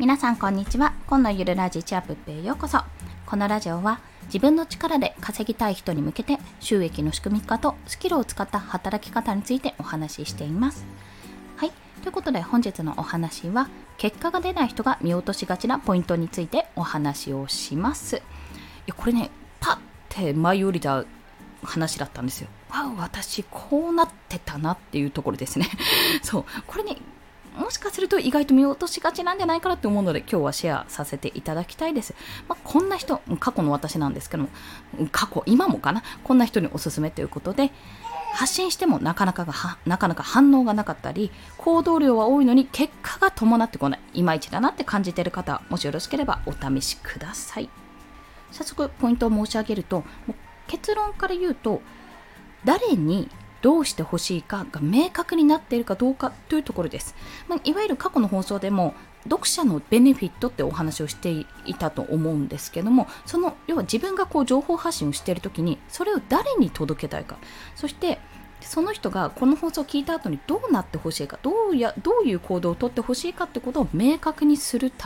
皆さんこんにちは。今のゆるラジチアップへようこそ。このラジオは自分の力で稼ぎたい人に向けて収益の仕組み化とスキルを使った働き方についてお話ししています。はい、ということで本日のお話は結果が出ない人が見落としがちなポイントについてお話をします。いやこれね、パッて舞い降りた話だったんですよ。私こうなってたなっていうところですね。そう、これね、もしかすると意外と見落としがちなんじゃないかなって思うので今日はシェアさせていただきたいです。こんな人、過去の私なんですけども、今もかな、こんな人におすすめということで、発信してもなかなか反応がなかったり、行動量は多いのに結果が伴ってこない、いまいちだなって感じている方、もしよろしければお試しください。早速ポイントを申し上げると、結論から言うと、誰にどうしてほしいかが明確になっているかどうかというところです。いわゆる過去の放送でも読者のベネフィットってお話をしていたと思うんですけども、その要は自分が情報発信をしているときにそれを誰に届けたいか、そしてその人がこの放送を聞いた後にどうなってほしいか、どういう行動をとってほしいかってことを明確にする。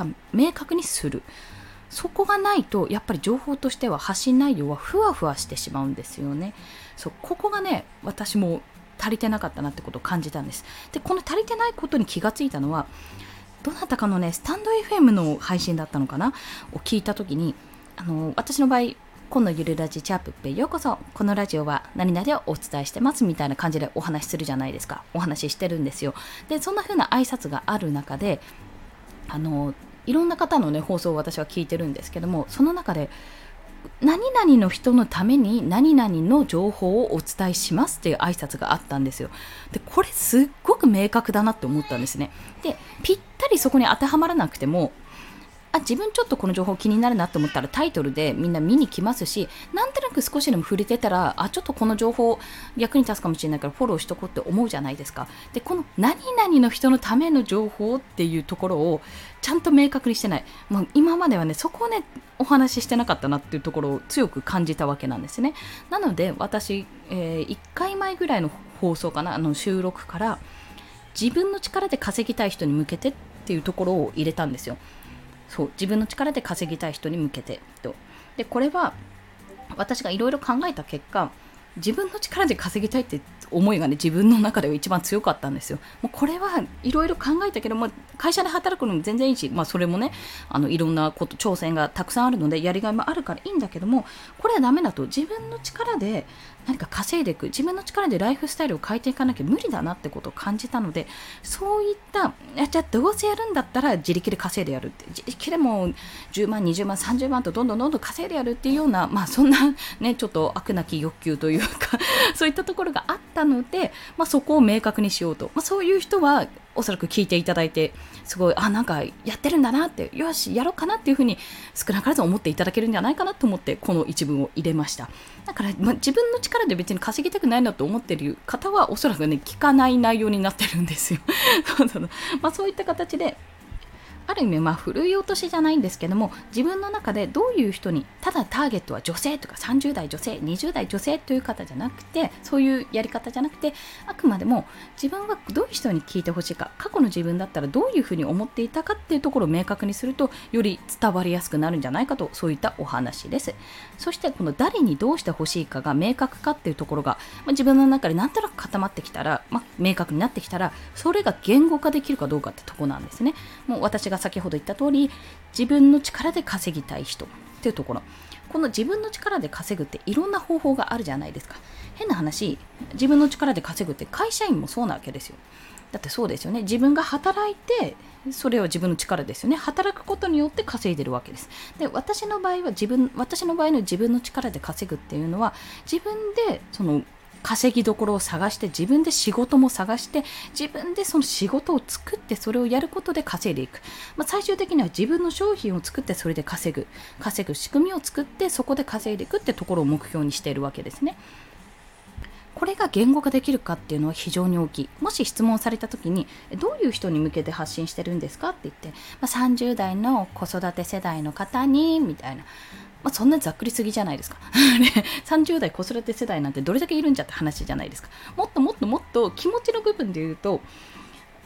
そこがないとやっぱり情報としては発信内容はふわふわしてしまうんですよね。ここがね、私も足りてなかったなってことを感じたんです。で、この足りてないことに気がついたのは、どなたかのね、スタンド FM の配信だったのかなを聞いたときに、私の場合、今のゆるラジチャップへようこそ、このラジオは何々をお伝えしてますみたいな感じでお話しするじゃないですか。お話ししてるんですよ。で、そんな風な挨拶がある中で、いろんな方のね、放送を私は聞いてるんですけども、その中で何々の人のために何々の情報をお伝えしますっていう挨拶があったんですよ。で、これすっごく明確だなって思ったんですね。で、ぴったりそこに当てはまらなくても、自分ちょっとこの情報気になるなと思ったらタイトルでみんな見に来ますし、なんとなく少しでも触れてたら、ちょっとこの情報役に立つかもしれないからフォローしとこうって思うじゃないですか。で、この何々の人のための情報っていうところをちゃんと明確にしてない。今まではね、そこをね、お話ししてなかったなっていうところを強く感じたわけなんですね。なので私、1回前ぐらいの放送かな、収録から自分の力で稼ぎたい人に向けてっていうところを入れたんですよ。そう、自分の力で稼ぎたい人に向けてと。で、これは私がいろいろ考えた結果、自分の力で稼ぎたいって思いがね、自分の中では一番強かったんですよ。もうこれはいろいろ考えたけども、会社で働くのも全然いいし、それもね、いろんなこと挑戦がたくさんあるのでやりがいもあるからいいんだけども、これはダメだと。自分の力で何か稼いでいく、自分の力でライフスタイルを変えていかなきゃ無理だなってことを感じたので、そういったじゃあどうせやるんだったら自力で稼いでやるって、自力でも10万20万30万とどんどん稼いでやるっていうような、そんなね、ちょっと悪なき欲求というかそういったところがあったので、そこを明確にしようと、そういう人はおそらく聞いていただいて、すごいなんかやってるんだなって、よしやろうかなっていうふうに少なからず思っていただけるんじゃないかなと思って、この一文を入れました。だから、自分の力で別に稼ぎたくないなと思っている方はおそらくね、聞かない内容になってるんですよ。そういった形である意味ふるい落としじゃないんですけども、自分の中でどういう人に、ただターゲットは女性とか30代女性20代女性という方じゃなくて、そういうやり方じゃなくて、あくまでも自分がどういう人に聞いてほしいか、過去の自分だったらどういうふうに思っていたかっていうところを明確にすると、より伝わりやすくなるんじゃないかと、そういったお話です。そしてこの誰にどうしてほしいかが明確かっていうところが、自分の中でなんとなく固まってきたら、明確になってきたら、それが言語化できるかどうかってとこなんですね。もう私が先ほど言った通り、自分の力で稼ぎたい人っていうところ、この自分の力で稼ぐっていろんな方法があるじゃないですか。変な話、自分の力で稼ぐって会社員もそうなわけですよ。だってそうですよね。自分が働いて、それは自分の力ですよね。働くことによって稼いでるわけです。で、私の場合の自分の力で稼ぐっていうのは、自分でその稼ぎどころを探して、自分で仕事も探して、自分でその仕事を作って、それをやることで稼いでいく。最終的には自分の商品を作って、それで稼ぐ仕組みを作って、そこで稼いでいくってところを目標にしているわけですね。これが言語化できるかっていうのは非常に大きい。もし質問された時に、どういう人に向けて発信してるんですかって言って、30代の子育て世代の方にみたいな、そんなざっくりすぎじゃないですか。30代子育て世代なんてどれだけいるんじゃって話じゃないですか。もっと気持ちの部分で言うと、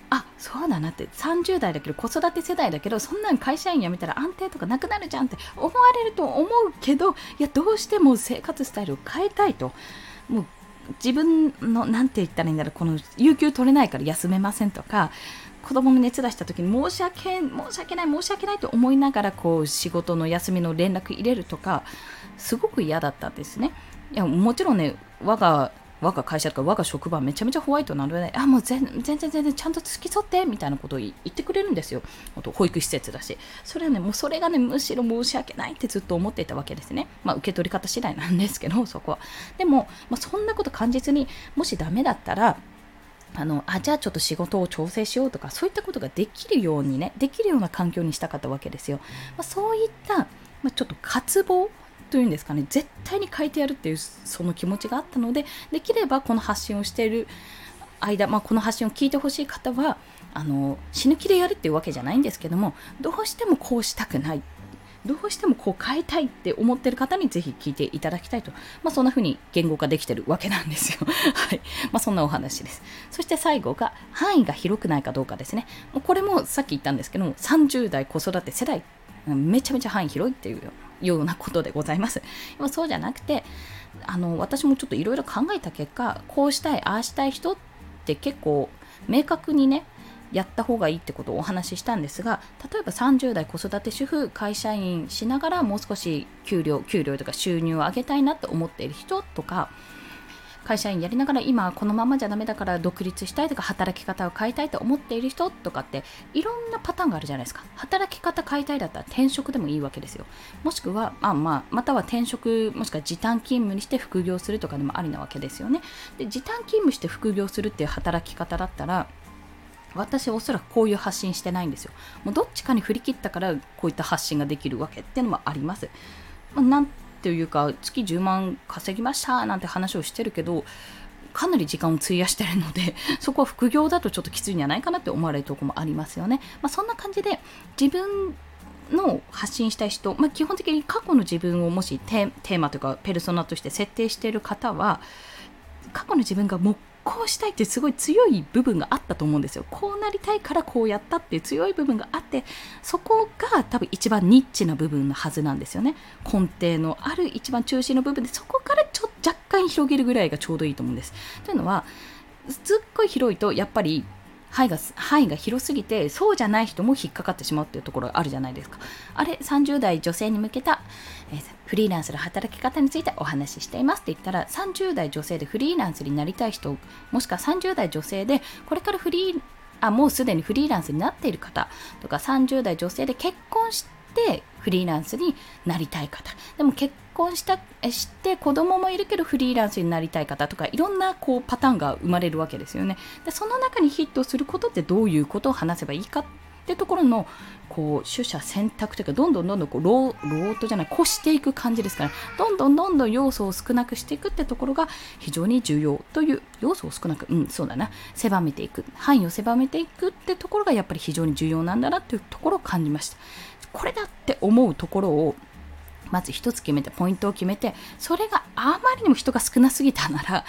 そうだなって、30代だけど子育て世代だけど、そんなん会社員辞めたら安定とかなくなるじゃんって思われると思うけど、いやどうしても生活スタイルを変えたいと、もう自分のなんて言ったらいいんだろう、この有給取れないから休めませんとか、子供の熱出した時に申し訳ないと思いながらこう仕事の休みの連絡入れるとか、すごく嫌だったんですね。いやもちろんね、我が会社とか我が職場めちゃめちゃホワイトなので、もう全然ちゃんと付き添ってみたいなことを言ってくれるんですよ。保育施設だし、それはね、もうそれがね、むしろ申し訳ないってずっと思っていたわけですね。受け取り方次第なんですけど、そこはでも、そんなこと感じずに、もしダメだったらじゃあちょっと仕事を調整しようとか、そういったことができるような環境にしたかったわけですよ。そういった、ちょっと渇望というんですかね、絶対に変えてやるっていうその気持ちがあったので、できればこの発信をしている間、この発信を聞いてほしい方は死ぬ気でやるっていうわけじゃないんですけども、どうしてもこうしたくない、どうしてもこう変えたいって思っている方にぜひ聞いていただきたいと、そんな風に言語化できているわけなんですよ。はい、そんなお話です。そして最後が範囲が広くないかどうかですね。これもさっき言ったんですけども、30代子育て世代めちゃめちゃ範囲広いっていうようなことでございます。そうじゃなくて、私もちょっといろいろ考えた結果、こうしたいああしたい人って結構明確にねやった方がいいってことをお話ししたんですが、例えば30代子育て主婦、会社員しながらもう少し給料とか収入を上げたいなと思っている人とか、会社員やりながら今このままじゃダメだから独立したいとか、働き方を変えたいと思っている人とかっていろんなパターンがあるじゃないですか。働き方変えたいだったら転職でもいいわけですよ。もしくはまたは転職、もしくは時短勤務にして副業するとかでもありなわけですよね。で、時短勤務して副業するっていう働き方だったら、私はおそらくこういう発信してないんですよ。もうどっちかに振り切ったからこういった発信ができるわけっていうのもあります。なんていうか、月10万稼ぎましたなんて話をしてるけど、かなり時間を費やしてるので、そこは副業だとちょっときついんじゃないかなって思われるところもありますよね。そんな感じで自分の発信したい人、基本的に過去の自分をもしテーマというかペルソナとして設定している方は、過去の自分がもうこうしたいってすごい強い部分があったと思うんですよ。こうなりたいからこうやったっていう強い部分があって、そこが多分一番ニッチな部分のはずなんですよね。根底のある一番中心の部分で、そこから若干広げるぐらいがちょうどいいと思うんです。というのは、すっごい広いとやっぱり範囲が広すぎて、そうじゃない人も引っかかってしまうっていうところがあるじゃないですか。30代女性に向けた、フリーランスの働き方についてお話ししていますって言ったら、30代女性でフリーランスになりたい人、もしくは30代女性でこれからもうすでにフリーランスになっている方とか、30代女性で結婚してフリーランスになりたい方、でも結婚して子供もいるけどフリーランスになりたい方とか、いろんなパターンが生まれるわけですよね。で、その中にヒットすることってどういうことを話せばいいかってところの取捨選択というか、どんどんロートじゃない越していく感じですから、どんどん要素を少なくしていくってところが非常に重要という、要素を少なく、そうだな、狭めていく、範囲を狭めていくってところがやっぱり非常に重要なんだなというところを感じました。これだって思うところをまず一つ決めて、ポイントを決めて、それがあまりにも人が少なすぎたなら、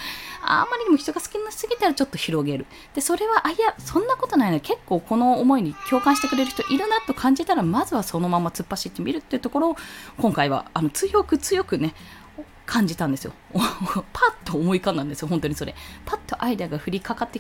ちょっと広げる。で、それはいや、そんなことないの、結構この思いに共感してくれる人いるなと感じたら、まずはそのまま突っ走ってみるっていうところを、今回は強くね感じたんですよ。パッと思い浮かんだんですよ。本当にそれパッとアイデアが降りて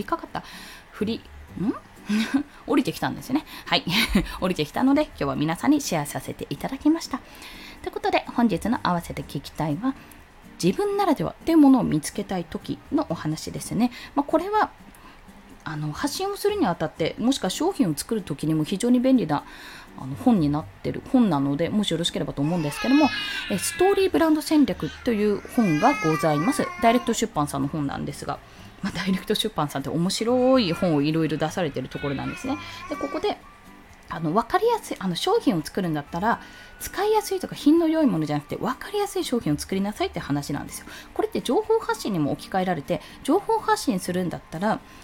きたんですよね。はい降りてきたので、今日は皆さんにシェアさせていただきました。ということで、本日の合わせて聞きたいは、自分ならではというものを見つけたい時のお話ですね。これは発信をするにあたって、もしくは商品を作る時にも非常に便利な本になっている本なので、もしよろしければと思うんですけども、ストーリーブランド戦略という本がございます。ダイレクト出版さんの本なんですが、ダイレクト出版さんって面白い本をいろいろ出されているところなんですね。で、ここで分かりやすい商品を作るんだったら、使いやすいとか品の良いものじゃなくて分かりやすい商品を作りなさいって話なんですよ。これって情報発信にも置き換えられて、情報発信するんだったら、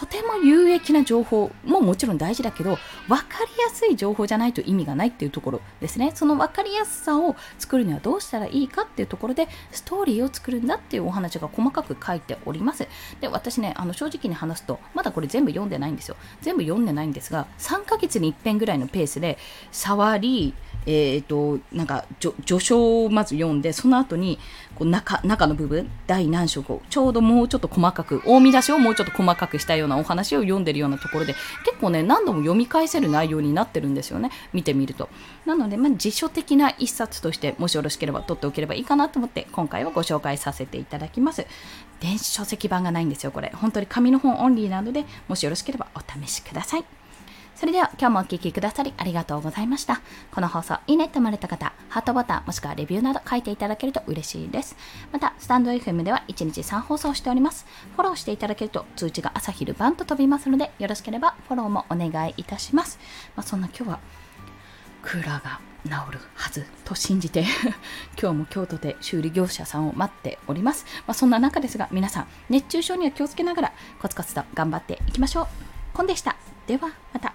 とても有益な情報ももちろん大事だけど、分かりやすい情報じゃないと意味がないっていうところですね。その分かりやすさを作るにはどうしたらいいかっていうところでストーリーを作るんだっていうお話が細かく書いております。で、私ね、正直に話すとまだこれ全部読んでないんですよ。全部読んでないんですが、3ヶ月に一遍ぐらいのペースで触り、なんか序章をまず読んで、その後にこう中の部分第何章をちょうどもうちょっと細かく、大見出しをもうちょっと細かくしたようなお話を読んでるようなところで、結構ね何度も読み返せる内容になってるんですよね、見てみると。なので、辞書的な一冊としてもしよろしければ取っておければいいかなと思って今回はご紹介させていただきます。電子書籍版がないんですよ、これ本当に紙の本オンリーなので、もしよろしければお試しください。それでは今日もお聞きくださりありがとうございました。この放送いいねと思われた方、ハートボタンもしくはレビューなど書いていただけると嬉しいです。またスタンド FM では1日3放送しております。フォローしていただけると通知が朝昼晩と飛びますので、よろしければフォローもお願いいたします。そんな今日はクーラーが治るはずと信じて今日も京都で修理業者さんを待っております。そんな中ですが、皆さん熱中症には気をつけながらコツコツと頑張っていきましょう。コンでした。ではまた。